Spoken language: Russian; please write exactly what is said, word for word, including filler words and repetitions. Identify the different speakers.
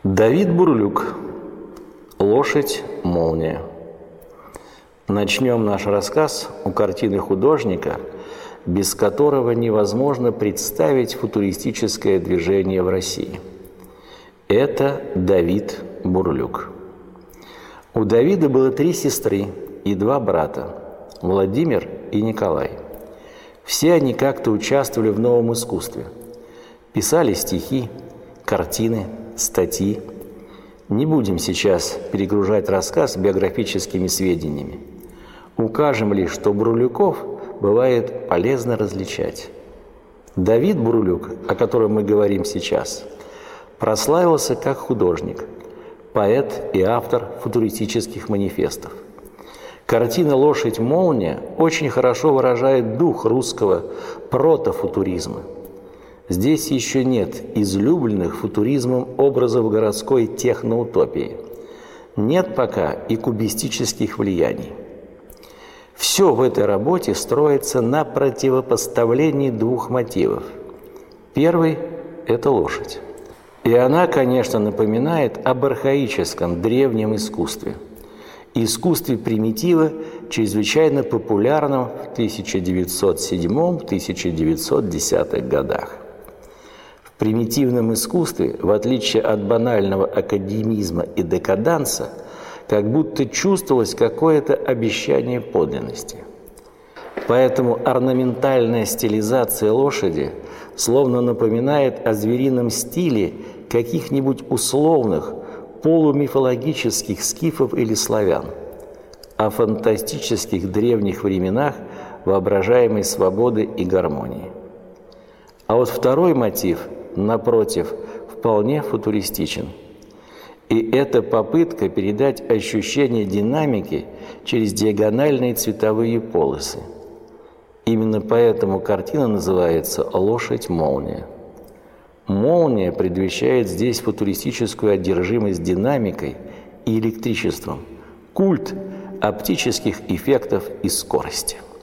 Speaker 1: Давид Бурлюк. Лошадь-молния. Начнем наш рассказ у картины художника, без которого невозможно представить футуристическое движение в России. Это Давид Бурлюк. У Давида было три сестры и два брата – Владимир и Николай. Все они как-то участвовали в новом искусстве. Писали стихи, картины, статьи. Не будем сейчас перегружать рассказ биографическими сведениями. Укажем лишь, что Бурлюков бывает полезно различать. Давид Бурлюк, о котором мы говорим сейчас, прославился как художник, поэт и автор футуристических манифестов. Картина «Лошадь-молния» очень хорошо выражает дух русского протофутуризма. Здесь еще нет излюбленных футуризмом образов городской техноутопии. Нет пока и кубистических влияний. Все в этой работе строится на противопоставлении двух мотивов. Первый – это лошадь. И она, конечно, напоминает об архаическом древнем искусстве. Искусстве примитива, чрезвычайно популярном в тысяча девятьсот седьмом — тысяча девятьсот десятых годах. В примитивном искусстве, в отличие от банального академизма и декаданса, как будто чувствовалось какое-то обещание подлинности. Поэтому орнаментальная стилизация лошади словно напоминает о зверином стиле каких-нибудь условных, полумифологических скифов или славян, о фантастических древних временах воображаемой свободы и гармонии. А вот второй мотив, напротив, вполне футуристичен. И это попытка передать ощущение динамики через диагональные цветовые полосы. Именно поэтому картина называется «Лошадь-молния». Молния предвещает здесь футуристическую одержимость динамикой и электричеством, культ оптических эффектов и скорости.